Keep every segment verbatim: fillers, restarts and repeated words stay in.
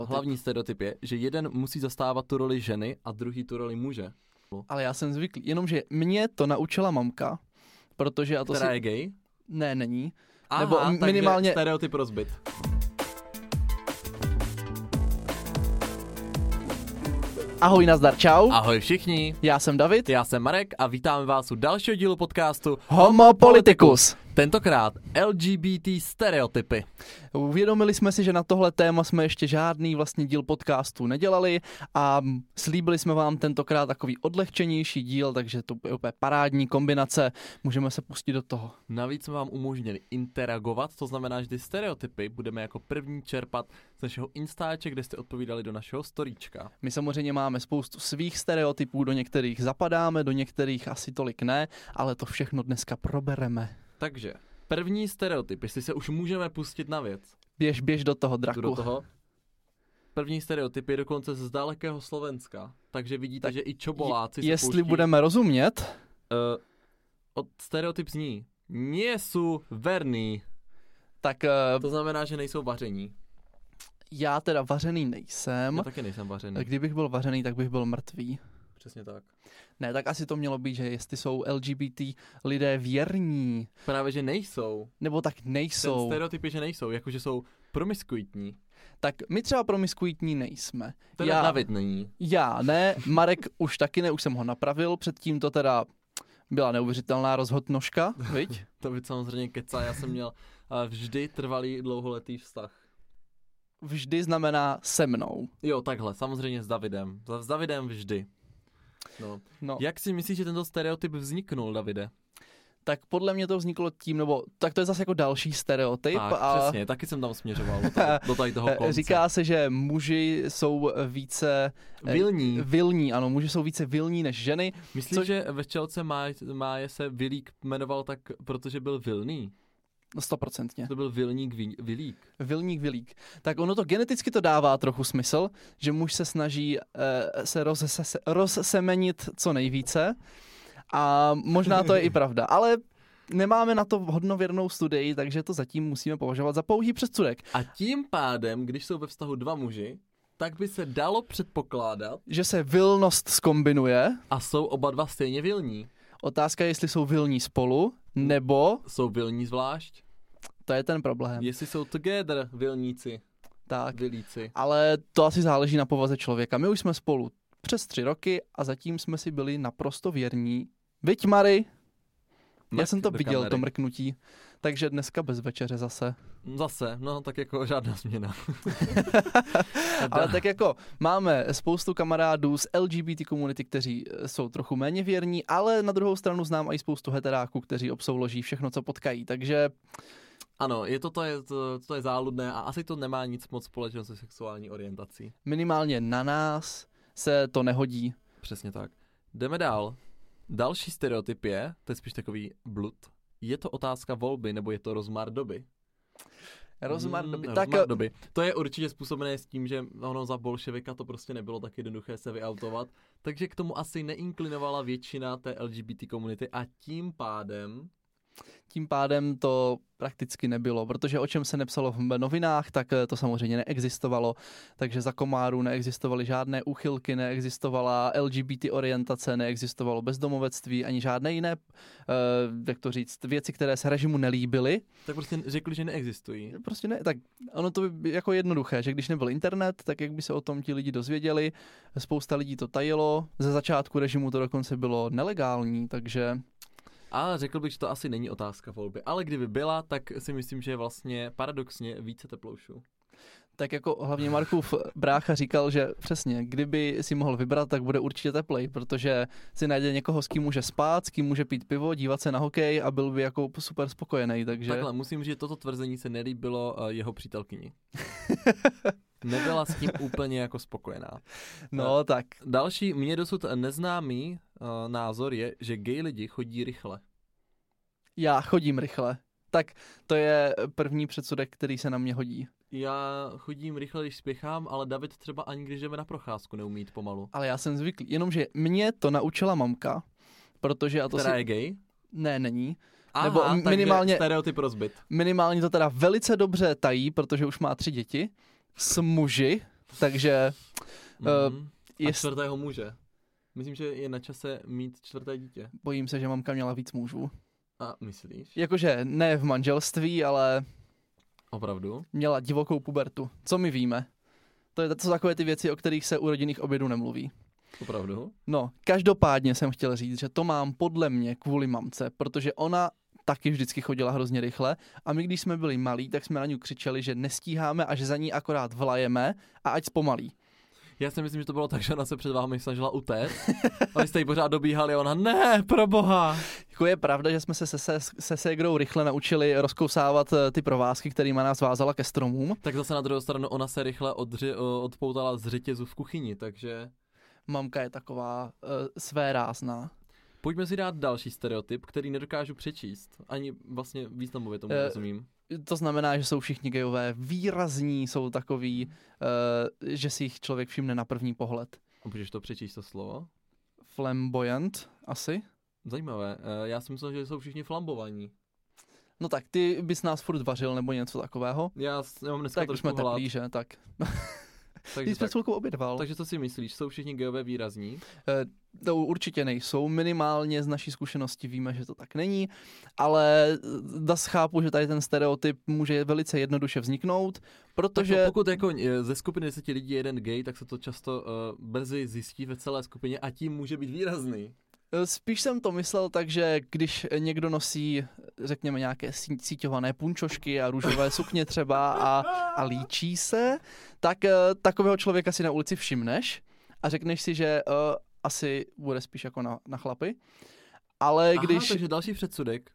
Hlavní stereotyp je, že jeden musí zastávat tu roli ženy a druhý tu roli muže. Ale já jsem zvyklý, jenomže mě to naučila mamka, protože já to Která si... je gay? Ne, není. Aha, Nebo takže minimálně... stereotyp rozbit. Ahoj, nazdar, čau. Ahoj všichni, Já jsem David. já jsem Marek a vítáme vás u dalšího dílu podcastu Homo Politicus. Tentokrát L G B T stereotypy. Uvědomili jsme si, že na tohle téma jsme ještě žádný vlastně díl podcastu nedělali a slíbili jsme vám tentokrát takový odlehčenější díl, takže to je úplně parádní kombinace, můžeme se pustit do toho. Navíc jsme vám umožnili interagovat, to znamená, že ty stereotypy budeme jako první čerpat z našeho Instače, kde jste odpovídali do našeho storíčka. My samozřejmě máme spoustu svých stereotypů, do některých zapadáme, do některých asi tolik ne, ale to všechno dneska probereme. Takže první stereotyp, jestli se už můžeme pustit na věc. Běž, běž do toho, draku. Do toho. První stereotyp je dokonce z dalekého Slovenska, takže vidíte, tak že i čoboláci se jestli pouští. budeme rozumět. Uh, od stereotyp zní, nie sú verní. Tak uh, To znamená, že nejsou vaření. já teda vařený nejsem. Já taky nejsem vařený. Kdybych byl vařený, tak bych byl mrtvý. Přesně tak. Ne, tak asi to mělo být, že jestli jsou L G B T lidé věrní, Právě, že nejsou. nebo tak Ten nejsou. stereotyp je, že nejsou, jakože jsou promiskuitní. Tak my třeba promiskuitní nejsme. Teda Já, David není. já ne, Marek už taky ne, už jsem ho napravil, předtím to teda byla neuvěřitelná rozhodnožka, viď? David samozřejmě kecá, já jsem měl uh, vždy trvalý dlouholetý vztah. Vždy znamená se mnou. Jo, takhle, samozřejmě s Davidem. S Davidem vždy. No. No. Jak si myslíš, že tento stereotyp vzniknul, Davide? Tak podle mě to vzniklo tím, nebo tak to je zase jako další stereotyp. Tak, a přesně, taky jsem tam směřoval do, toho, do tady toho konce. Říká se, že muži jsou více Vilní. vilní, ano, muži jsou více vilní než ženy. Myslíš, což... že ve včelce Máje, Máje se Vilík jmenoval tak, protože byl vilný? No stoprocentně. To byl Vilník ví, Vilík. Vilník Vilík. Tak ono to geneticky to dává trochu smysl, že muž se snaží uh, se roz, rozsemenit co nejvíce a možná to je i pravda, ale nemáme na to hodnověrnou studii, takže to zatím musíme považovat za pouhý předsudek. A tím pádem, když jsou ve vztahu dva muži, tak by se dalo předpokládat, že se vilnost zkombinuje. A jsou oba dva stejně vilní. Otázka je, jestli jsou vilní spolu, nebo... Jsou vilní zvlášť? To je ten problém. Jestli jsou together vilníci. Tak. Vilíci. Ale to asi záleží na povaze člověka. My už jsme spolu přes tři roky a zatím jsme si byli naprosto věrní. Viď, Mary? Mrk Já jsem to do viděl, kamery. to mrknutí. Takže dneska bez večeře zase. Zase, no tak jako žádná změna. Ale tak jako máme spoustu kamarádů z L G B T komunity, kteří jsou trochu méně věrní, ale na druhou stranu znám i spoustu heteráků, kteří obsouloží všechno, co potkají. Takže Ano, je to, to, je, to, to je záludné a asi to nemá nic moc společného se sexuální orientací. minimálně na nás se to nehodí. Přesně tak. Jdeme dál. Další stereotyp je, to je spíš takový blud, je to otázka volby, nebo je to rozmar doby? Rozmar doby. Hmm, Tak rozmar doby. To je určitě způsobené s tím, že ono za bolševika to prostě nebylo tak jednoduché se vyautovat, takže k tomu asi neinklinovala většina té L G B T komunity a tím pádem... tím pádem to prakticky nebylo, protože o čem se nepsalo v novinách, tak to samozřejmě neexistovalo, takže za komáru neexistovaly žádné úchylky, neexistovala L G B T orientace, neexistovalo bezdomovectví, ani žádné jiné, uh, jak to říct, věci, které se režimu nelíbily. Tak prostě řekli, že neexistují. Prostě ne, tak ono to by jako jednoduché, že když nebyl internet, tak jak by se o tom ti lidi dozvěděli, spousta lidí to tajilo, ze začátku režimu to dokonce bylo nelegální, takže... A řekl bych, že to asi není otázka volby, ale kdyby byla, tak si myslím, že je vlastně paradoxně více teploušů. Tak jako hlavně Markův brácha říkal, že přesně, kdyby si mohl vybrat, tak bude určitě teplej, protože si najde někoho, s kým může spát, s kým může pít pivo, dívat se na hokej a byl by jako super spokojený, takže... Takhle, musím říct, že toto tvrzení se nelíbilo uh, jeho přítelkyni. Nebyla s tím úplně jako spokojená. No uh, tak. Další, mě dosud neznámý uh, názor je, že gay lidi chodí rychle. Já chodím rychle. Tak to je první předsudek, který se na mě hodí. Já chodím rychle, když spěchám, ale David třeba ani když jdeme na procházku neumí jít pomalu. Ale já jsem zvyklý, jenomže mě to naučila mamka, protože já to Která si... je gay? Ne, není. Aha, Nebo takže minimálně, stereotyp rozbit. minimálně to teda velice dobře tají, protože už má tři děti s muži. Takže Mm-hmm. uh, A jest... čtvrtého muže. Myslím, že je na čase mít čtvrté dítě. bojím se, že mamka měla víc mužů. A myslíš? Jakože ne v manželství, ale Opravdu? měla divokou pubertu. Co my víme? To, je, to jsou takové ty věci, o kterých se u rodinných obědů nemluví. Opravdu? No, každopádně jsem chtěl říct, že to mám podle mě kvůli mamce, protože ona taky vždycky chodila hrozně rychle a my, když jsme byli malí, tak jsme na ní křičeli, že nestíháme a že za ní akorát vlajeme a ať zpomalí. Já si myslím, že to bylo tak, že ona se před vámi snažila utéct. A vy jste jí pořád dobíhali a ona, ne, proboha. Jako je pravda, že jsme se se, se, se ségrou rychle naučili rozkousávat ty provázky, kterými nás vázala ke stromům. Tak zase na druhou stranu ona se rychle odři, odpoutala z řetězu v kuchyni, takže... Mamka je taková uh, svérázná. Pojďme si dát další stereotyp, který nedokážu přečíst. Ani vlastně významově tomu Eh, rozumím. To znamená, že jsou všichni gejové výrazní, jsou takový, uh, že si jich člověk všimne na první pohled. A můžeš to přečíst to slovo? Flamboyant, asi? Zajímavé. Eh, Já si myslel, že jsou všichni flambovaní. No tak ty bys nás furt vařil nebo něco takového. Já, s- já mám dneska Tak už trošku jsme hlad. teplí, že? Tak. Ty Takže, jsi před tak, chvilkou obědval. takže co si myslíš? Jsou všichni geové výrazní? Eh, To určitě nejsou, minimálně z naší zkušenosti víme, že to tak není, ale das chápu, že tady ten stereotyp může velice jednoduše vzniknout, protože... Tak pokud jako eh, ze skupiny deseti lidí je jeden gay, tak se to často uh, brzy zjistí ve celé skupině a tím může být výrazný. Spíš jsem to myslel tak, že když někdo nosí, řekněme, nějaké sí- síťované punčošky a růžové sukně třeba a, a líčí se, tak eh, takového člověka si na ulici všimneš a řekneš si, že uh, asi bude spíš jako na, na chlapy. Ale Aha, když... takže další předsudek.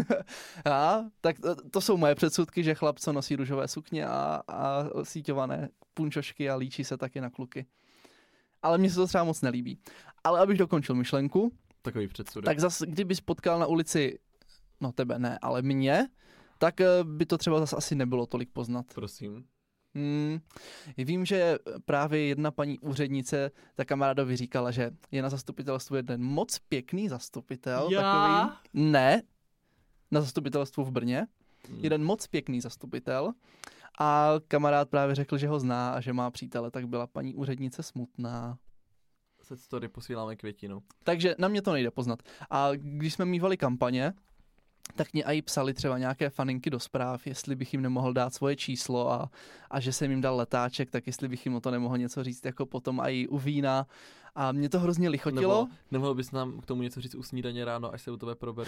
a, tak to, to jsou moje předsudky, že chlap, co nosí růžové sukně a, a síťované punčošky a líčí se taky na kluky. Ale mně se to třeba moc nelíbí. Ale abych dokončil myšlenku, Takový předsudek. tak zase, kdybys potkal na ulici, no tebe ne, ale mě, tak eh, by to třeba zase asi nebylo tolik poznat. Prosím. Hmm. Vím, že právě jedna paní úřednice, ta kamarádovi říkala, že je na zastupitelstvu jeden moc pěkný zastupitel. Já? Takový, ne, na zastupitelstvu v Brně. Hmm. Jeden moc pěkný zastupitel. A kamarád právě řekl, že ho zná a že má přítele, tak byla paní úřednice smutná. Set story posíláme květinu. Takže na mě to nejde poznat. A když jsme mívali kampaně, tak mě i psali třeba nějaké faninky do zpráv, jestli bych jim nemohl dát svoje číslo a, a že jsem jim dal letáček, tak jestli bych jim o to nemohl něco říct jako potom i u vína. A mě to hrozně lichotilo. Nebo nemohl bys nám k tomu něco říct u snídaně ráno, až se u tebe proberu?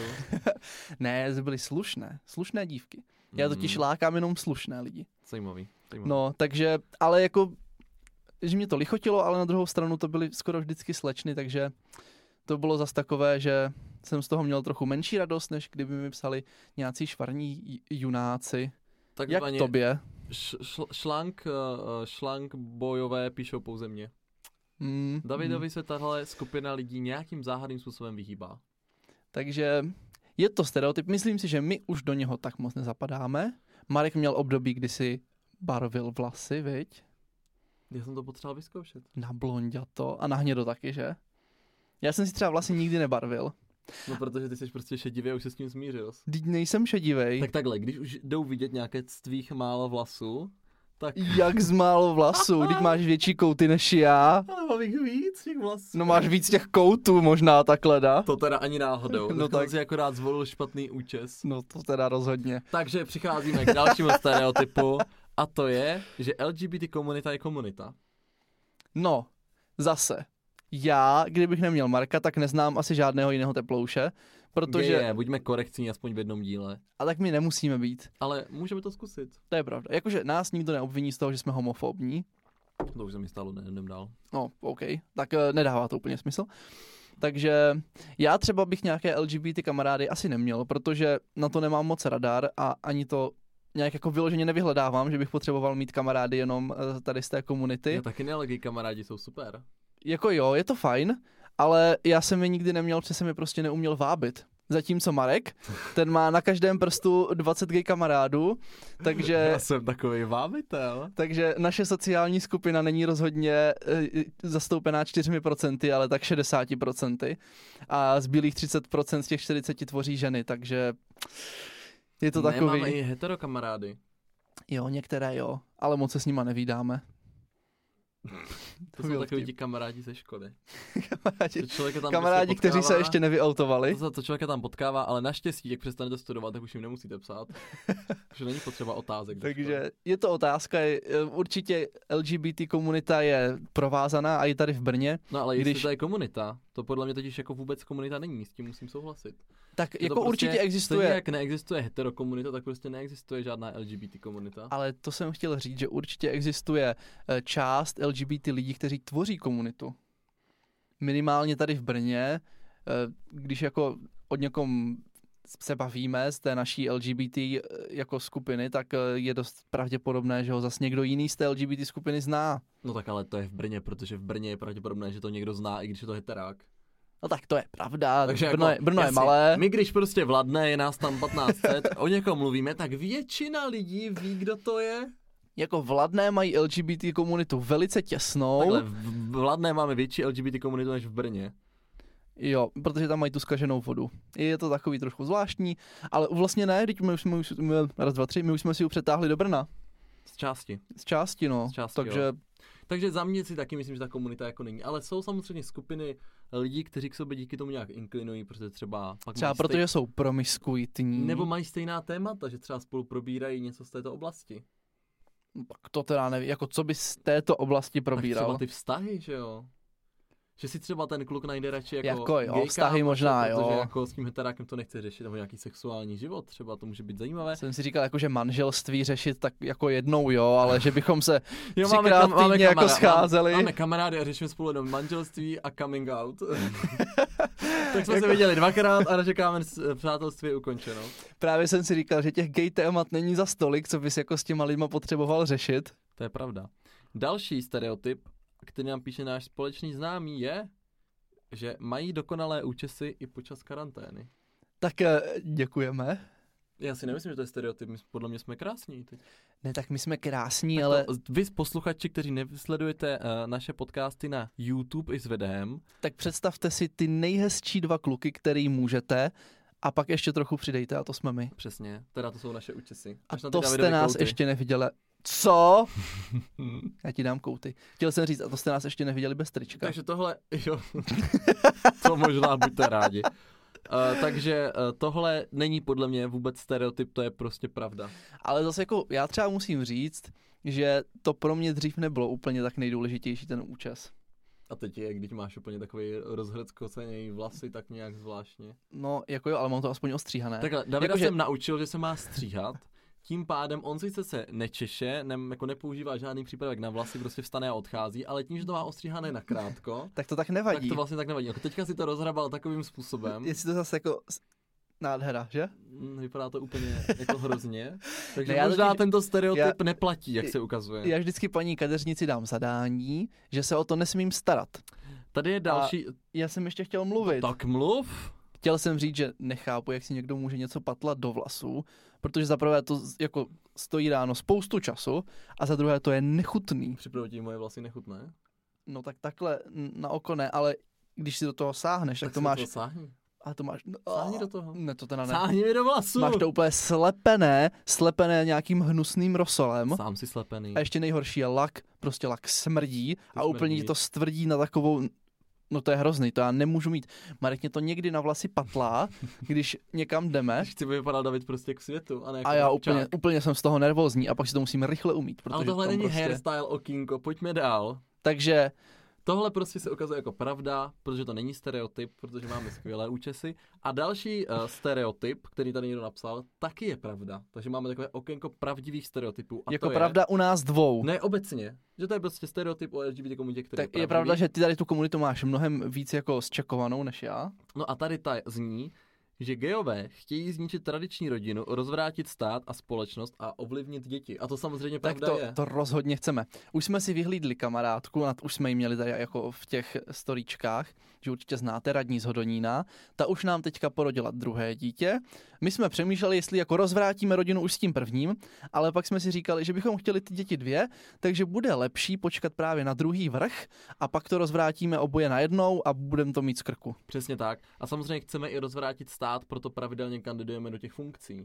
Ne, to byly slušné, slušné dívky. Já totiž Hmm, lákám jenom slušné lidi. Zajímavý. zajímavý. No, takže, ale jako, že mě to lichotilo, ale na druhou stranu to byly skoro vždycky slečny, takže to bylo zas takové, že jsem z toho měl trochu menší radost, než kdyby mi psali nějací švarní j- junáci. Jak Takzvaně tobě? š- šl- šlank, uh, šlank bojové píšou pouze mě. Mm, Davidovi mm. se tahle skupina lidí nějakým záhadným způsobem vyhýbá. Takže je to stereotyp. Myslím si, že my už do něho tak moc nezapadáme. Marek měl období, kdy si barvil vlasy, viď? Já jsem to potřeboval vyzkoušet. Na blonďato a na hnědo taky, že? Já jsem si třeba vlasy nikdy nebarvil. No protože ty jsi prostě šedivý a už se s tím smířil. Vždyť nejsem šedivej. Tak takhle, když už jdou vidět nějaké z tvých málo vlasů, tak... Jak z málo vlasů, když máš větší kouty než já. Ale mám jich víc těch vlasů. No máš víc těch koutů možná takhle, da? To teda ani náhodou. No No tak. tak si akorát zvolil špatný účes. No to teda rozhodně. Takže přicházíme k dalšímu stereotypu a to je, že L G B T komunita je komunita. No, zase. Já, kdybych neměl Marka, tak neznám asi žádného jiného teplouše, protože... Je, buďme korektní aspoň v jednom díle. A tak my nemusíme být. Ale můžeme to zkusit. To je pravda. Jakože nás nikdo neobviní z toho, že jsme homofobní. To už se mi stalo, nejdem dál. No, OK. Tak uh, nedává to úplně smysl. Takže já třeba bych nějaké L G B T kamarády asi neměl, protože na to nemám moc radar a ani to nějak jako vyloženě nevyhledávám, že bych potřeboval mít kamarády jenom uh, tady z té komunity. Já taky ne, ale gay kamarádi jsou super. Jako jo, je to fajn, ale já jsem je nikdy neměl, protože jsem je prostě neuměl vábit. Zatímco Marek, ten má na každém prstu dvacet gay kamarádů, takže... Já jsem takový vábitel. Takže naše sociální skupina není rozhodně e, zastoupená čtyřmi procenty, ale tak šedesáti procenty. A zbylých třicet procent z těch čtyřiceti tvoří ženy, takže je to ne, takový... máme i hetero kamarády. Jo, některé jo, ale moc se s nima nevídáme. To jsou takový ti kamarádi ze školy. kamarádi, tam kamarádi prostě kteří se ještě nevyautovali. To, to člověka tam potkává, ale naštěstí, jak přestanete studovat, tak už jim nemusíte psát. Takže není potřeba otázek. Takže je to otázka, je, určitě L G B T komunita je provázaná a i tady v Brně. No ale jestli když... to je komunita, to podle mě totiž jako vůbec komunita není, s tím musím souhlasit. Tak že jako prostě, určitě existuje. Stejně jak neexistuje heterokomunita, tak prostě neexistuje žádná L G B T komunita. Ale to jsem chtěl říct, že určitě existuje část L G B T lidí, kteří tvoří komunitu. Minimálně tady v Brně, když jako od někom se bavíme z té naší L G B T jako skupiny, tak je dost pravděpodobné, že ho zase někdo jiný z té L G B T skupiny zná. No tak ale to je v Brně, protože v Brně je pravděpodobné, že to někdo zná, i když je to heterák. No tak to je pravda, takže Brno, jako, je, Brno jasně, je malé. My když prostě vladne, je nás tam patnáct set, o někom mluvíme, tak většina lidí ví, kdo to je. Jako Vladné mají L G B T komunitu velice těsnou. Takhle, v Vladné máme větší L G B T komunitu než v Brně. Jo, protože tam mají tu zkaženou vodu. Je to takový trošku zvláštní, ale vlastně ne, teď my už jsme, my, raz, dva, tři, my už jsme si ji přetáhli do Brna. Z části. Z části, no. Z části, takže... Jo. Takže za mě si taky myslím, že ta komunita jako není. Ale jsou samozřejmě skupiny lidí, kteří k sobě díky tomu nějak inklinují, protože třeba... Pak třeba protože stej... jsou promiskuitní. Nebo mají stejná témata, že třeba spolu probírají něco z této oblasti. Tak to teda nevím, jako co by z této oblasti probíral. Tak třeba ty vztahy, že jo? Že si třeba ten kluk najde radši jako, jako jo, gejka, vztahy možná, protože jo. jako s tím heterákem to nechce řešit, nebo nějaký sexuální život, třeba to může být zajímavé. Jsem si říkal, jako, že manželství řešit tak jako jednou, jo, ale že bychom se jo, třikrát máme, týdně jako scházeli. Máme, máme kamarády a řešíme spolu jenom manželství a coming out. Tak jsme jako... se viděli dvakrát a čekáme, přátelství je ukončeno. Právě jsem si říkal, že těch gay témat není za stolik, co bys jako s těma lidma potřeboval řešit. To je pravda. Další stereotyp, který nám píše náš společný známý, je, že mají dokonalé účesy i počas karantény. Tak děkujeme. Já si nemyslím, že to je stereotyp, my podle mě jsme krásní teď. Ne, tak my jsme krásní, tak ale... To, vy posluchači, kteří nesledujete uh, naše podcasty na YouTube i s videem. Tak představte si ty nejhezčí dva kluky, který můžete, a pak ještě trochu přidejte, a to jsme my. Přesně, teda to jsou naše účesy. Až a to jste nás kouty. Ještě neviděli. Co? Já ti dám kouty. Chtěl jsem říct, a to jste nás ještě neviděli bez trička. Takže tohle, jo, to možná buďte rádi. Uh, takže uh, tohle není podle mě vůbec stereotyp, to je prostě pravda. Ale zase jako já třeba musím říct, že to pro mě dřív nebylo úplně tak nejdůležitější ten účes. A teď je, když máš úplně takový rozhrdskocený vlasy, tak nějak zvláštně. No, jako jo, ale mám to aspoň ostříhané. Takhle, Davida jako, jsem že... naučil, že se má stříhat. Tím pádem on sice se nečeše, ne, jako nepoužívá žádný přípravek na vlasy, prostě vstane a odchází, ale tím, že to má ostříhané nakrátko, tak to tak nevadí. Tak to vlastně tak nevadí. Jako teďka si to rozhrabal takovým způsobem. Jestli to zase jako nádhera, že? Vypadá to úplně jako hrozně. Takže ne, možná totiž, tento stereotyp já, neplatí, jak se ukazuje. Já vždycky paní kadeřnici dám zadání, že se o to nesmím starat. Tady je další... A já jsem ještě chtěl mluvit. Tak mluv. Chtěl jsem říct, že nechápu, jak si někdo může něco patlat do vlasů, protože za prvé to jako stojí ráno spoustu času a za druhé to je nechutný. Připravdu ti moje vlasy nechutné? No tak takhle na oko ne, ale když si do toho sáhneš, tak, tak to máš... To sáhni. A to máš... Sáhni do toho. Ne, to teda ne. Sáhni mi do vlasů. Máš to úplně slepené, slepené nějakým hnusným rosolem. Sám si slepený. A ještě nejhorší je lak, prostě lak smrdí to a smrdí. Úplně ti to stvrdí na takovou... No to je hrozný, to já nemůžu mít. Marek mě to někdy na vlasy patlá, když někam jdeme. Chci by vypadal David prostě k světu. A, ne jako a já úplně, úplně jsem z toho nervózní a pak si to musím rychle umít. Ale tohle není prostě... hairstyle okýnko, pojďme dál. Takže... Tohle prostě se ukazuje jako pravda, protože to není stereotyp, protože máme skvělé účesy. A další uh, stereotyp, který tady někdo napsal, taky je pravda. Takže máme takové okénko pravdivých stereotypů. A jako to pravda je, u nás dvou. Ne obecně, že to je prostě stereotyp o L G B T komunitě, který tak je, je pravda, že ty tady tu komunitu máš mnohem víc jako zčekovanou než já. No a tady ta zní, že gejové chtějí zničit tradiční rodinu, rozvrátit stát a společnost a ovlivnit děti. A to samozřejmě tak pravda to, je. to rozhodně chceme. Už jsme si vyhlídli kamarádku, už jsme ji měli tady jako v těch storíčkách, že určitě znáte, Radní z Hodonína. Ta už nám teďka porodila druhé dítě. My jsme přemýšleli, jestli jako rozvrátíme rodinu už s tím prvním, ale pak jsme si říkali, že bychom chtěli ty děti dvě, takže bude lepší počkat právě na druhý vrch a pak to rozvrátíme oboje najednou a budeme to mít z krku. Přesně tak. A samozřejmě chceme i rozvrátit stát, proto pravidelně kandidujeme do těch funkcí.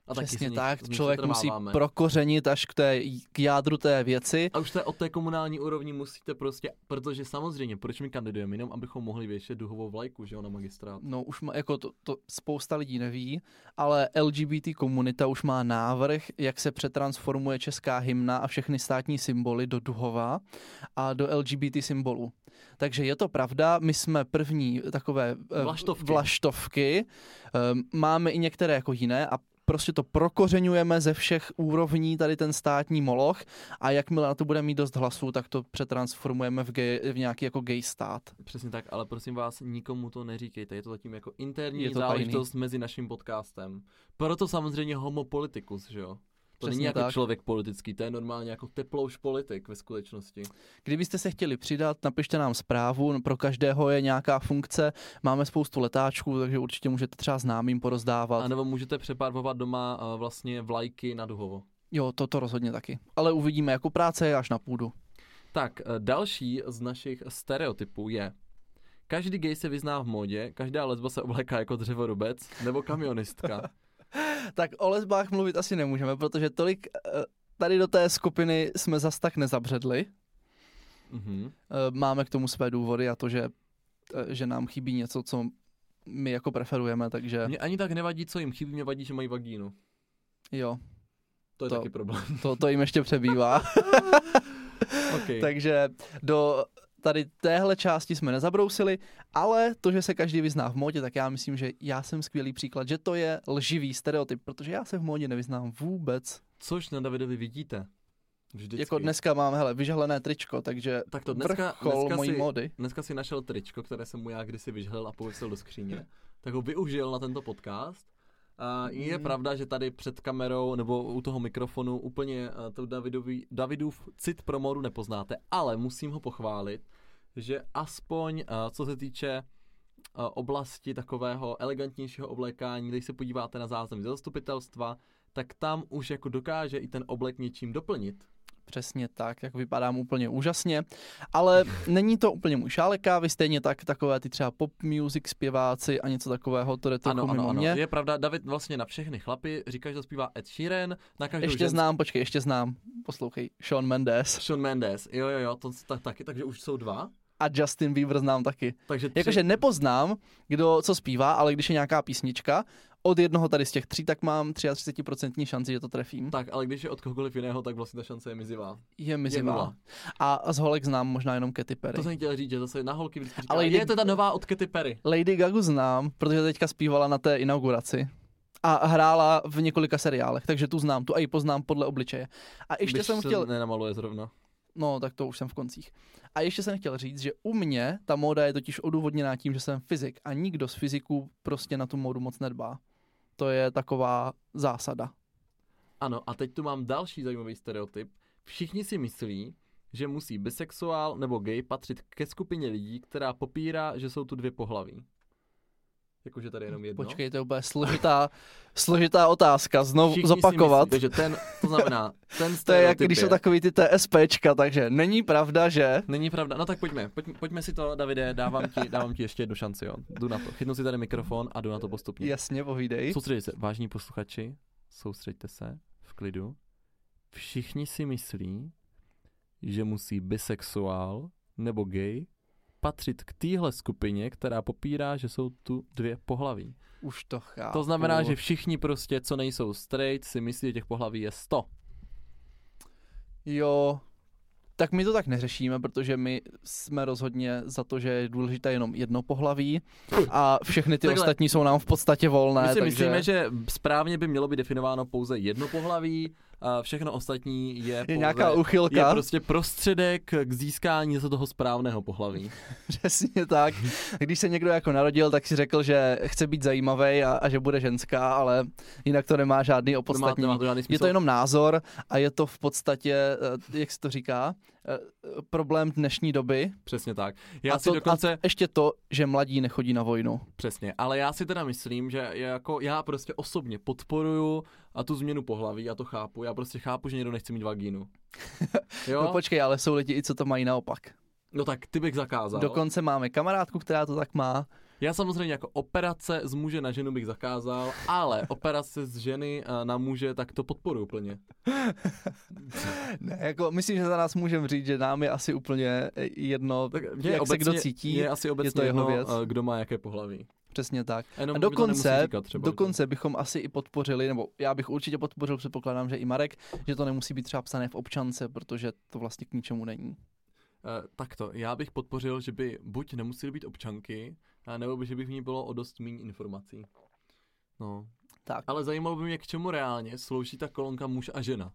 A taky Přesně z nich, tak, z nich člověk musí setrváváme. prokořenit až k, té, k jádru té věci. A už to je od té komunální úrovni musíte prostě, protože samozřejmě, proč my kandidujeme, jenom abychom mohli věšet duhovou vlajku, že jo, na magistrát. No už má, jako to, to spousta lidí neví, ale L G B T komunita už má návrh, jak se přetransformuje česká hymna a všechny státní symboly do duhova a do L G B T symbolů. Takže je to pravda, my jsme první takové Vlaštovky. vlaštovky, máme i některé jako jiné a prostě to prokořeňujeme ze všech úrovní, tady ten státní moloch a jakmile na to bude mít dost hlasů, tak to přetransformujeme v, gay, v nějaký jako gay stát. Přesně tak, ale prosím vás, nikomu to neříkejte, je to zatím jako interní Je to záležitost tajný. mezi naším podcastem. Proto samozřejmě homopolitikus, že jo? To Přesně není jako tak. člověk politický, to je normálně jako teplouš politik ve skutečnosti. Kdybyste se chtěli přidat, napište nám zprávu, pro každého je nějaká funkce, máme spoustu letáčků, takže určitě můžete třeba známým porozdávat. A nebo můžete přebarvovat doma uh, vlastně vlajky na duhovo. Jo, to, to rozhodně taky. Ale uvidíme, jako práce je až na půdu. Tak, uh, další z našich stereotypů je: každý gay se vyzná v módě, každá lesba se obléká jako dřevorubec nebo kamionistka. Tak o lesbách mluvit asi nemůžeme, protože tolik eh, tady do té skupiny jsme zas tak nezabředli. Mhm. Eh, Máme k tomu své důvody a to, že, eh, že nám chybí něco, co my jako preferujeme, takže Mně ani tak nevadí, co jim chybí, mě vadí, že mají vagínu. jo, To je To- taky problém. to, to jim ještě přebývá. Okay. Takže do tady téhle části jsme nezabrousili, ale to, že se každý vyzná v módě, tak já myslím, že já jsem skvělý příklad, že to je lživý stereotyp, protože já se v módě nevyznám vůbec. Což na Davidovi vidíte. Vždycky. Jako dneska mám, hele, vyžehlené tričko, takže Tak to dneska, vrchol dneska, mojí si, módy. dneska si našel tričko, které jsem mu já kdysi vyžhlil a pověsil do skříně. Tak ho využil na tento podcast. A je Mm. pravda, že tady před kamerou nebo u toho mikrofonu úplně uh, to Davidovi, Davidův cit pro módu nepoznáte, ale musím ho pochválit, že aspoň uh, co se týče uh, oblasti takového elegantnějšího oblékání, když se podíváte na záznamy ze zastupitelstva, tak tam už jako dokáže i ten oblek něčím doplnit. Přesně tak, jak vypadám úplně úžasně, ale není to úplně můj šálek kávy, stejně tak takové ty třeba pop music zpěváci a něco takového, to jde trochu Ano, ano, mimo ano. mě. Je pravda, David vlastně na všechny chlapy říká, že to zpívá Ed Sheeran, na každou Ještě žens- znám, počkej, ještě znám, poslouchej, Shawn Mendes Shawn Mendes, jo, jo, jo, to tak, taky, takže už jsou dva. a Justin Bieber znám taky. Takže tři. Jakože nepoznám, kdo co zpívá, ale když je nějaká písnička, od jednoho tady z těch tří, tak mám třicet procent šanci, že to trefím. Tak, ale když je od kohokoliv jiného, tak vlastně ta šance je mizivá. Je Je mizivá. nula. A, a z holek znám možná jenom Katy Perry. To jsem chtěl říct, že zase na holky vždycky říká, Ale ale jde- je to ta nová od Katy Perry. Lady Gagu znám, protože teďka zpívala na té inauguraci. A hrála v několika seriálech, takže tu znám, tu a ji poznám podle obličeje. A ještě Když jsem se chtěl... nenamaluje zrovna. No, tak to už jsem v koncích. A ještě jsem chtěl říct, že u mě ta móda je totiž odůvodněná tím, že jsem fyzik a nikdo z fyziků prostě na tu módu moc nedbá. To je taková zásada. Ano, a teď tu mám další zajímavý stereotyp. Všichni si myslí, že musí bisexuál nebo gay patřit ke skupině lidí, která popírá, že jsou tu dvě pohlaví. Jakože tady je jenom jedno. Počkej, to je úplně složitá, složitá otázka. Znovu Všichni zopakovat. Si myslí, že ten, to znamená, ten To je jak stereotyp když jsou takový ty TSPčka, takže není pravda, že... Není pravda. No tak pojďme, pojďme, pojďme si to, Davide, dávám ti, dávám ti ještě jednu šanci, jo. Jdu na to. Chytnu si tady mikrofon a jdu na to postupně. Jasně, povídej. Soustředěte se, vážní posluchači, soustřeďte se, v klidu. Všichni si myslí, že musí bisexuál nebo gay patřit k téhle skupině, která popírá, že jsou tu dvě pohlaví. Už to chápu. To znamená, že všichni prostě, co nejsou straight, si myslí, že těch pohlaví je sto. Jo, tak my to tak neřešíme, protože my jsme rozhodně za to, že je důležité jenom jedno pohlaví a všechny ty Takhle. ostatní jsou nám v podstatě volné. My si takže... myslíme, že správně by mělo být definováno pouze jedno pohlaví, a všechno ostatní je, je pouze, nějaká uchylka. je prostě prostředek k získání z toho správného pohlaví. Přesně tak. Když se někdo jako narodil, tak si řekl, že chce být zajímavý a, a že bude ženská, ale jinak to nemá žádný opodstatnění. Nemá to žádný Je smysl. to jenom názor a je to v podstatě, eh, jak se to říká, eh, problém dnešní doby. Přesně tak. Já a, si to, dokonce... a ještě to, že mladí nechodí na vojnu. Přesně, ale já si teda myslím, že je jako, já prostě osobně podporuju a tu změnu pohlaví, já to chápu, já prostě chápu, že někdo nechce mít vagínu. Jo? No počkej, ale jsou lidi i co to mají naopak. No tak ty bych zakázal. Dokonce máme kamarádku, která to tak má. Já samozřejmě jako operace z muže na ženu bych zakázal, ale operace z ženy na muže, tak to podporuji úplně. Ne, jako myslím, že za nás můžeme říct, že nám je asi úplně jedno, tak jak obecně, se kdo cítí, je, asi obecně je to jeho jedno, věc. Kdo má jaké pohlaví. Přesně tak. A, a dokonce, třeba, dokonce bychom asi i podpořili, nebo já bych určitě podpořil, předpokládám, že i Marek, že to nemusí být třeba psané v občance, protože to vlastně k ničemu není. Uh, takto, já bych podpořil, že by buď nemusely být občanky, nebo by, že by v ní bylo o dost méně informací. No. Tak. Ale zajímalo by mě, k čemu reálně slouží ta kolonka muž a žena.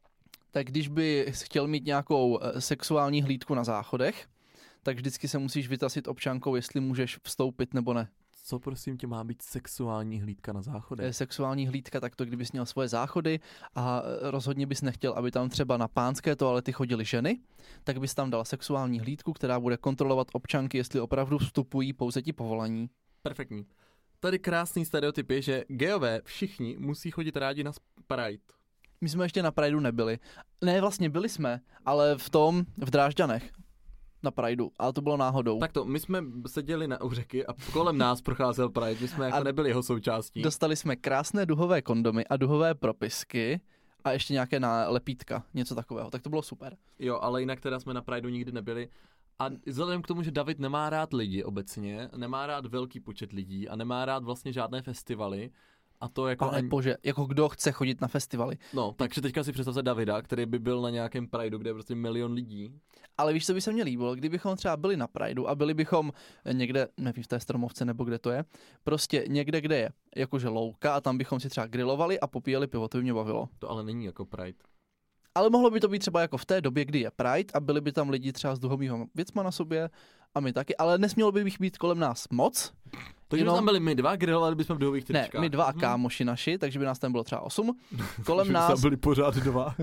Tak když by chtěl mít nějakou sexuální hlídku na záchodech, tak vždycky se musíš vytasit občankou, jestli můžeš vstoupit nebo ne. Co prosím tě má být sexuální hlídka na záchodech? Sexuální hlídka, tak to kdybys měl svoje záchody a rozhodně bys nechtěl, aby tam třeba na pánské toalety chodily ženy, tak bys tam dal sexuální hlídku, která bude kontrolovat občanky, jestli opravdu vstupují pouze ti povolaní. Perfektní. Tady krásný stereotyp je, že gejové všichni musí chodit rádi na Pride. My jsme ještě na Prideu nebyli. Ne, vlastně byli jsme, ale v tom, v Drážďanech. Na Prideu, ale to bylo náhodou. Tak to, my jsme seděli na u řeky a kolem nás procházel Pride, my jsme jako a nebyli jeho součástí. Dostali jsme krásné duhové kondomy a duhové propisky a ještě nějaké lepítka, něco takového, tak to bylo super. Jo, ale jinak teda jsme na Prideu nikdy nebyli. A vzhledem k tomu, že David nemá rád lidi obecně, nemá rád velký počet lidí a nemá rád vlastně žádné festivaly, a to jako... Pane ani... bože, jako kdo chce chodit na festivaly. No, takže teďka si představte Davida, který by byl na nějakém Prideu, kde je prostě milion lidí. Ale víš, co by se mně líbilo? Kdybychom třeba byli na Prideu a byli bychom někde, nevím, v té Stromovce nebo kde to je, prostě někde, kde je jakože louka a tam bychom si třeba grilovali a popíjeli pivo, to by mě bavilo. To ale není jako Pride. Ale mohlo by to být třeba jako v té době, kdy je Pride a byli by tam lidi třeba s duhovými věcma na sobě a my taky, ale nesmělo by bych být kolem nás moc. Takže jenom... by tam byli my dva, grilovali bychom v duhových tričkách. Ne, my dva a kámoši naši, takže by nás tam bylo třeba osm. Kolem nás... tam byli pořád dva.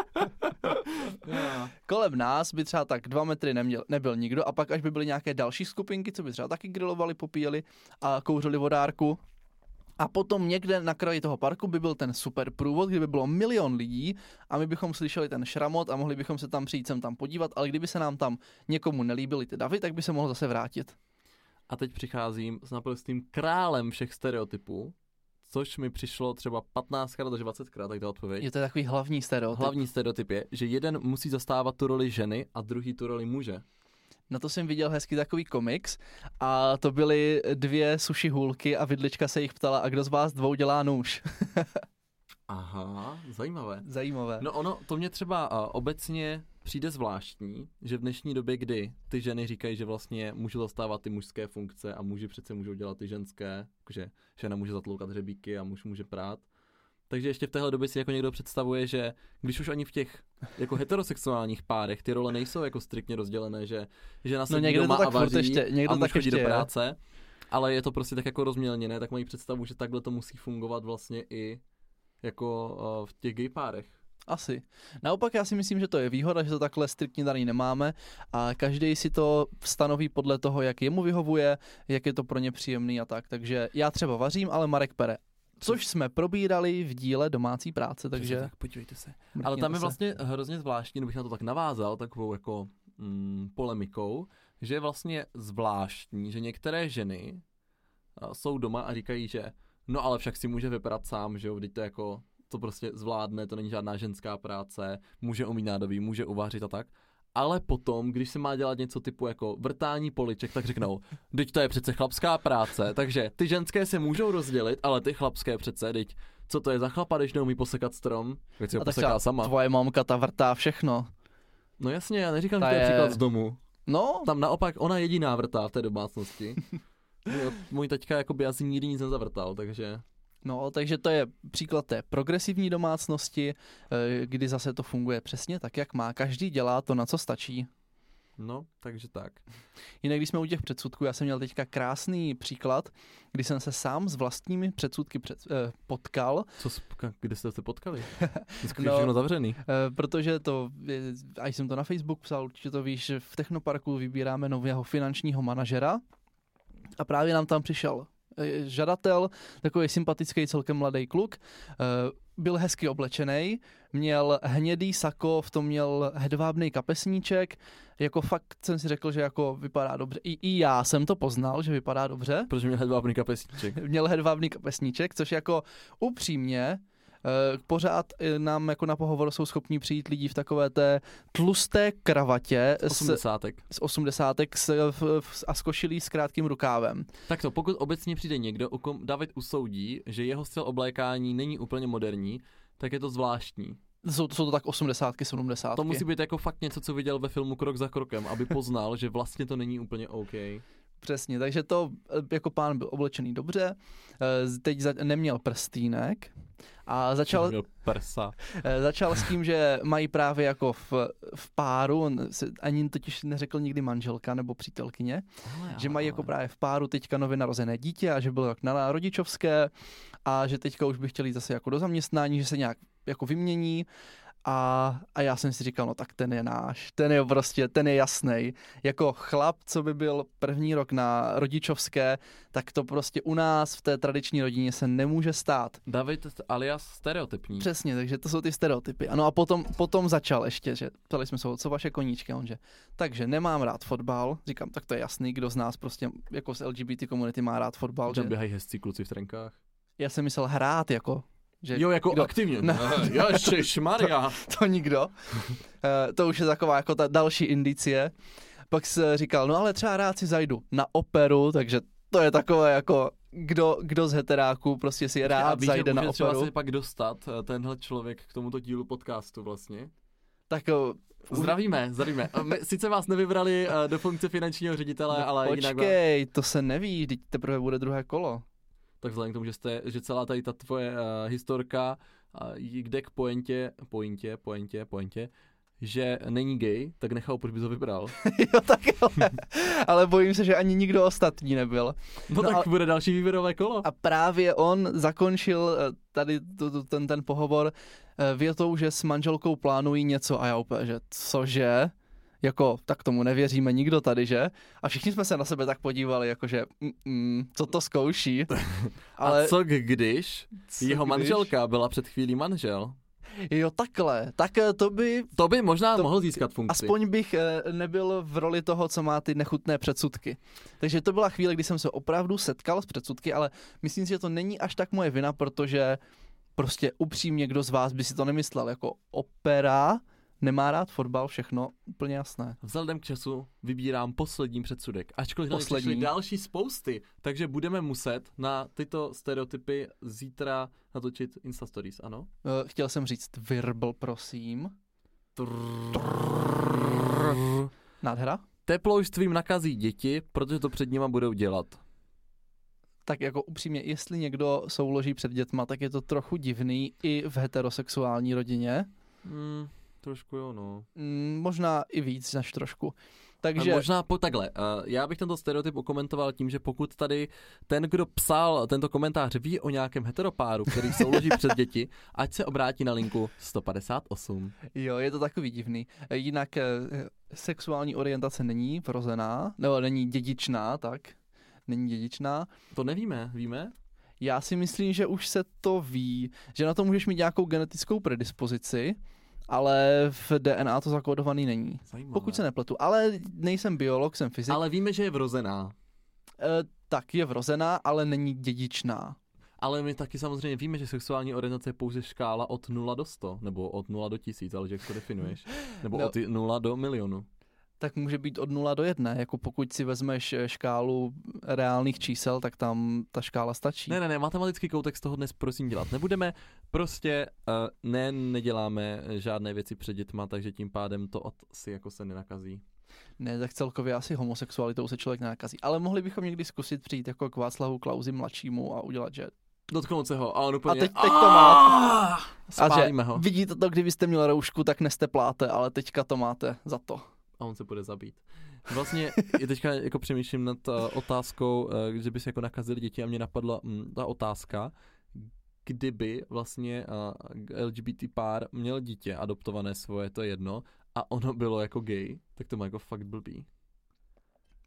Kolem nás by třeba tak dva metry neměl, nebyl nikdo a pak až by byly nějaké další skupinky, co by třeba taky grilovali, popíjeli a kouřili vodárku. A potom někde na kraji toho parku by byl ten super průvod, kde by bylo milion lidí a my bychom slyšeli ten šramot a mohli bychom se tam přijít sem tam podívat, ale kdyby se nám tam někomu nelíbily ty davy, tak by se mohl zase vrátit. A teď přicházím s naprostým králem všech stereotypů, což mi přišlo třeba patnáctkrát až dvacetkrát, tak ta odpověď. Je to takový hlavní stereotyp. Hlavní stereotyp je, že jeden musí zastávat tu roli ženy a druhý tu roli muže. Na to jsem viděl hezky takový komiks a to byly dvě sushi hůlky a vidlička se jich ptala, a kdo z vás dvou dělá nůž? Aha, zajímavé. Zajímavé. No ono, to mě třeba uh, obecně přijde zvláštní, že v dnešní době, kdy ty ženy říkají, že vlastně můžou zastávat ty mužské funkce a muži přece můžou dělat ty ženské, že žena může zatloukat hřebíky a muž může prát. Takže ještě v téhle době si jako někdo představuje, že když už ani v těch jako heterosexuálních párech ty role nejsou jako striktně rozdělené, že žena sedí no doma a vaří ještě, a muž chodí do je. práce, ale je to prostě tak jako rozmělněné, tak mají představu, že takhle to musí fungovat vlastně i jako uh, v těch gay párech. Asi. Naopak já si myslím, že to je výhoda, že to takhle striktně daný nemáme a každý si to stanoví podle toho, jak jemu vyhovuje, jak je to pro ně příjemný a tak. Takže já třeba vařím, ale Marek pere. Což jsme probírali v díle domácí práce, takže... Tak podívejte se. Ale tam je vlastně se. hrozně zvláštní, kdybych na to tak navázal, takovou jako mm, polemikou, že je vlastně zvláštní, že některé ženy a, jsou doma a říkají, že no ale však si může vypadat sám, že jo, vždyť to jako, to prostě zvládne, to není žádná ženská práce, může umít nádobí, může uvařit a tak. Ale potom, když se má dělat něco typu jako vrtání poliček, tak řeknou, teď to je přece chlapská práce, takže ty ženské se můžou rozdělit, ale ty chlapské přece, teď co to je za chlapa, když neumí posekat strom? Když si ho poseká sama. Tvoje mamka ta vrtá všechno. No jasně, já neříkám, ta že to je je... příklad z domu. No. Tam naopak ona jediná vrtá v té domácnosti. Můj taťka jako by asi nikdy nic nezavrtal, takže... No, takže to je příklad té progresivní domácnosti, kdy zase to funguje přesně tak, jak má. Každý dělá to, na co stačí. No, takže tak. Jinak, když jsme u těch předsudků, já jsem měl teďka krásný příklad, kdy jsem se sám s vlastními předsudky před, eh, potkal. Co, kde jste se potkali? Dneska je všechno zavřený. Eh, protože to, a jsem to na Facebook psal, určitě to víš, že v Technoparku vybíráme nového finančního manažera a právě nám tam přišel žadatel, takový sympatický, celkem mladý kluk, byl hezky oblečený, měl hnědý sako, v tom měl hedvábný kapesníček, jako fakt jsem si řekl, že jako vypadá dobře. I, i já jsem to poznal, že vypadá dobře. Protože měl hedvábný kapesníček. Měl hedvábný kapesníček, což jako upřímně Uh, pořád nám jako na pohovor jsou schopní přijít lidi v takové té tlusté kravatě z osmdesátek, z osmdesátek s, v, v, a s košilí s krátkým rukávem. Tak to, pokud obecně přijde někdo, o kom David usoudí, že jeho styl oblékání není úplně moderní, tak je to zvláštní. Jsou, jsou to tak osmdesátky, sedmdesátky. To musí být jako fakt něco, co viděl ve filmu Krok za krokem, aby poznal, že vlastně to není úplně OK. Přesně, takže to jako pán byl oblečený dobře, teď za, neměl prstýnek a začal, měl prsa. začal s tím, že mají právě jako v, v páru, on se ani totiž neřekl nikdy manželka nebo přítelkyně, ale, že mají jako právě v páru teďka nově narozené dítě a že bylo jak na rodičovské a že teďka už by chtěli zase jako do zaměstnání, že se nějak jako vymění. A, a já jsem si říkal, no tak ten je náš, ten je prostě, ten je jasnej. Jako chlap, co by byl první rok na rodičovské, tak to prostě u nás v té tradiční rodině se nemůže stát. David alias stereotypní. Přesně, takže to jsou ty stereotypy. Ano a potom, potom začal ještě, že ptali jsme se, co vaše koníčky, a on že, takže nemám rád fotbal, říkám, tak to je jasný, kdo z nás prostě jako z L G B T komunity má rád fotbal. Že běhají hezcí kluci v trenkách. Já jsem myslel hrát jako. Že jo, jako kdo? aktivně. No. Ježišmarja. To, to nikdo. Uh, to už je taková jako ta další indicie. Pak se říkal, no ale třeba rád si zajdu na operu, takže to je takové jako, kdo, kdo z heteráků prostě si rád víš, zajde na operu. Třeba se pak dostat tenhle člověk k tomuto dílu podcastu vlastně. Tak uh, zdravíme, zdravíme. My sice vás nevybrali uh, do funkce finančního ředitele, no, ale počkej, jinak... Počkej, to se neví, teď teprve bude druhé kolo. Tak vzhledem k tomu, že, jste, že celá tady ta tvoje uh, historka uh, jde k pointě, pointě, pointě, pointě, že není gay, tak nechal, proč bys ho vybral. Jo, tak jo. Ale bojím se, že ani nikdo ostatní nebyl. No, no tak a, bude další výběrové kolo. A právě on zakončil tady tu, tu, ten, ten pohovor větou, že s manželkou plánují něco a já úplně, že cože? Jako, tak tomu nevěříme nikdo tady, že? A všichni jsme se na sebe tak podívali, jakože, mm, co to zkouší. Ale a co když co jeho když? manželka byla před chvílí manžel? Jo, takhle. Tak to by... To by možná to, mohl získat funkci. Aspoň bych nebyl v roli toho, co má ty nechutné předsudky. Takže to byla chvíle, kdy jsem se opravdu setkal s předsudky, ale myslím si, že to není až tak moje vina, protože prostě upřímně, kdo z vás by si to nemyslel, jako opera... Nemá rád fotbal, všechno úplně jasné. Vzhledem k času vybírám poslední předsudek. Ačkoliv na poslední. přišly další spousty, takže budeme muset na tyto stereotypy zítra natočit Insta Stories, ano? Uh, chtěl jsem říct Virbl, prosím. Nádhera? Teploušstvím nakazí děti, protože to před nima budou dělat. Tak jako upřímně, jestli někdo souloží před dětma, tak je to trochu divný i v heterosexuální rodině. Hmm. Trošku jo, no. Mm, možná i víc než trošku. Takže... A možná po takhle. Uh, já bych tento stereotyp okomentoval tím, že pokud tady ten, kdo psal tento komentář, ví o nějakém heteropáru, který souloží před děti, ať se obrátí na linku sto padesát osm. Jo, je to takový divný. Jinak eh, sexuální orientace není vrozená, nebo není dědičná, tak. Není dědičná. To nevíme, víme? Já si myslím, že už se to ví, že na to můžeš mít nějakou genetickou predispozici, ale v D N A to zakódovaný není. Zajímavé. Pokud se nepletu. Ale nejsem biolog, jsem fyzik. Ale víme, že je vrozená. E, tak je vrozená, ale není dědičná. Ale my taky samozřejmě víme, že sexuální orientace je pouze škála od nula do sto, nebo od nula do tisíc, ale jak to definuješ. Nebo no. od nula do milionu. Tak může být od nula do jedné. Jako pokud si vezmeš škálu reálných čísel, tak tam ta škála stačí. Ne, ne, ne, matematický koutek z toho dnes prosím dělat nebudeme. Prostě uh, ne, neděláme žádné věci před dětma, takže tím pádem to asi jako se nenakazí. Ne, tak celkově asi homosexualitou se člověk nenakazí. Ale mohli bychom někdy zkusit přijít jako k Václavu Klausi mladšímu a udělat, že... Dotknout se ho a on úplně... A teď, teď to má. Spálíme ho. Vidíte to, kdybyste měl roušku, tak nestepláte, ale teďka to máte za to. A on se bude zabít. Vlastně je teďka jako přemýšlím nad uh, otázkou, uh, že by se jako nakazili děti a mě napadla um, ta otázka, kdyby vlastně uh, L G B T pár měl dítě adoptované svoje, to je jedno, a ono bylo jako gay, tak to má jako fakt blbý.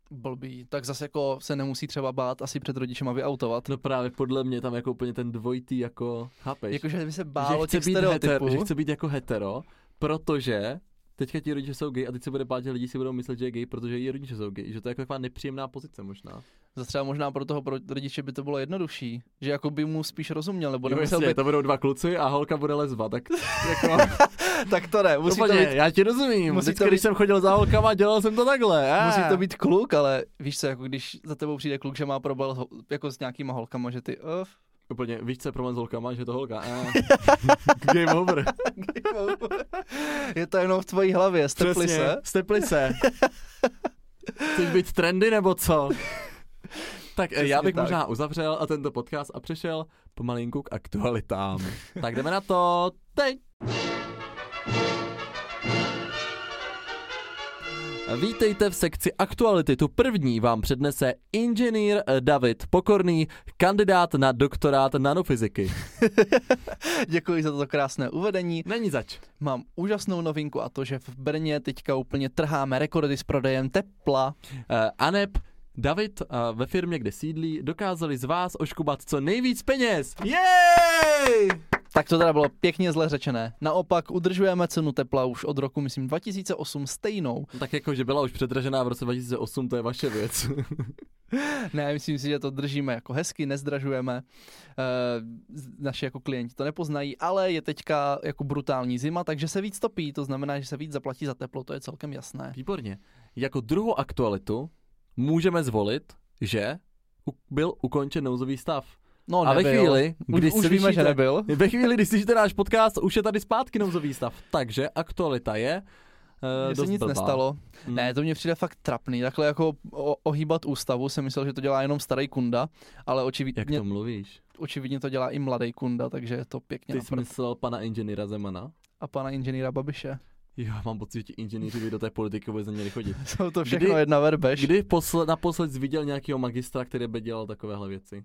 Blbý. Tak zase jako se nemusí třeba bát asi před rodičem, aby autovat. No právě podle mě tam jako úplně ten dvojitý jako, chápeš? Jakože by se že bálo chce těch být stereotypů. hetero, že chce být jako hetero, protože teďka ti rodiče jsou gay a teď se bude bát, že lidi si budou myslet, že je gay, protože její rodiče jsou gay, že to je jako taková nepříjemná pozice možná. Zase třeba možná pro toho pro rodiče by to bylo jednodušší, že jako by mu spíš rozuměl, nebo Jo, nemusel jasně, by... to budou dva kluci a holka bude lesba, tak jako... tak to ne, musí Úplně, to být, já ti rozumím, musí vždycky, to být- když jsem chodil za holkama, dělal jsem to takhle. A. musí to být kluk, ale víš co, jako když za tebou přijde kluk, že má problém s ho- jako s nějakýma holkama, že ty... Uf. Úplně, víš, co je problém s holkama, že je to holka. A. Game over. Je to jenom v tvojí hlavě, stepli Přesně, se. stepli se. Chceš být trendy nebo co? Tak Přesně já bych tak. možná uzavřel a tento podcast a přešel pomalinku k aktualitám. Tak jdeme na to teď. Vítejte v sekci aktuality. Tu první vám přednese inženýr David Pokorný, kandidát na doktorát nanofyziky. Děkuji za toto krásné uvedení. Není zač. Mám úžasnou novinku a to, že v Brně teďka úplně trháme rekordy s prodejem tepla. Uh, Aneb, David uh, ve firmě, kde sídlí, dokázali z vás oškubat co nejvíc peněz. Jej! Tak to teda bylo pěkně zle řečené. Naopak udržujeme cenu tepla už od roku, myslím, dva tisíce osm stejnou. Tak jako, že byla už předražená v roce dva tisíce osm, to je vaše věc. Ne, myslím si, že to držíme jako hezky, nezdražujeme. E, naši jako klienti to nepoznají, ale je teďka jako brutální zima, takže se víc topí, to znamená, že se víc zaplatí za teplo, to je celkem jasné. Výborně. Jako druhou aktualitu můžeme zvolit, že u- byl ukončen nouzový stav. No, A ve nebyl. chvíli, Už- kdy už víme, slyšíte, že nebyl. Ve chvíli, kdy slyšíte náš podcast, už je tady zpátky nouzový stav. Takže aktualita je uh, Že dost se nic blbá. nestalo. Hmm. Ne, to mě přijde fakt trapný. Takhle jako o, ohýbat ústavu jsem myslel, že to dělá jenom starý kunda, ale Jak očividně, to mluvíš? očividně to dělá i mladý kunda, takže je to pěkně Ty jsi naprd. myslel pana inženýra Zemana? A pana inženýra Babiše. Jo, mám pocit, že ti inženýři by do té politiky vůbec neměli chodit. Jsou to všechno Kdy- jedna verbež. Kdy posle, naposled jsi viděl nějakého magistra, který by dělal takovéhle věci?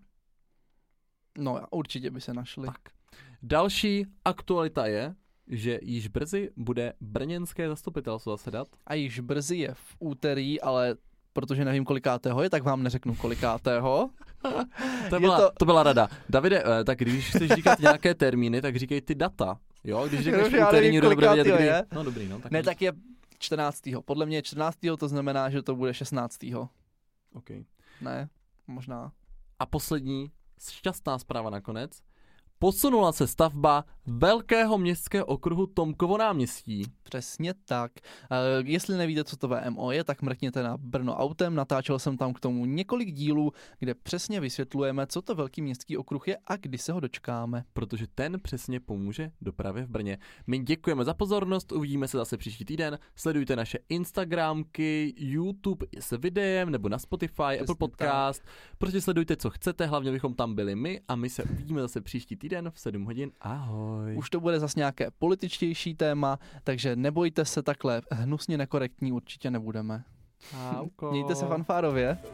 No, určitě by se našli. Tak. Další aktualita je, že již brzy bude brněnské zastupitelstvo zasedat. A již brzy je v úterý, ale protože nevím kolikátého je, tak vám neřeknu kolikátého. To Je byla, to- to byla rada. Davide, eh, tak když chceš říkat nějaké termíny, tak říkej ty data. Jo, když řekneš Jenomže já úterý, nevím, nikdo nebude vědět, kolikátýho kdy. je. No dobrý, no. Tak Ne, tak je čtrnáctého Podle mě je čtrnáctého to znamená, že to bude šestnáctého Okay. Ne, možná. A poslední šťastná zpráva nakonec. Posunula se stavba velkého městského okruhu Tomkovo náměstí. Přesně tak. Uh, jestli nevíte, co to V M O je, tak mrkněte na Brno autem. Natáčel jsem tam k tomu několik dílů, kde přesně vysvětlujeme, co to velký městský okruh je a kdy se ho dočkáme. Protože ten přesně pomůže dopravě v Brně. My děkujeme za pozornost, uvidíme se zase příští týden. Sledujte naše Instagramky, YouTube s videem nebo na Spotify, Přesně Apple Podcast. Tak. Prostě sledujte, co chcete, hlavně bychom tam byli my a my se uvidíme zase příští týden v sedm hodin. Ahoj. Už to bude zase nějaké političtější téma, takže nebojte se, takhle hnusně nekorektní určitě nebudeme. Čauko. Mějte se fanfárově.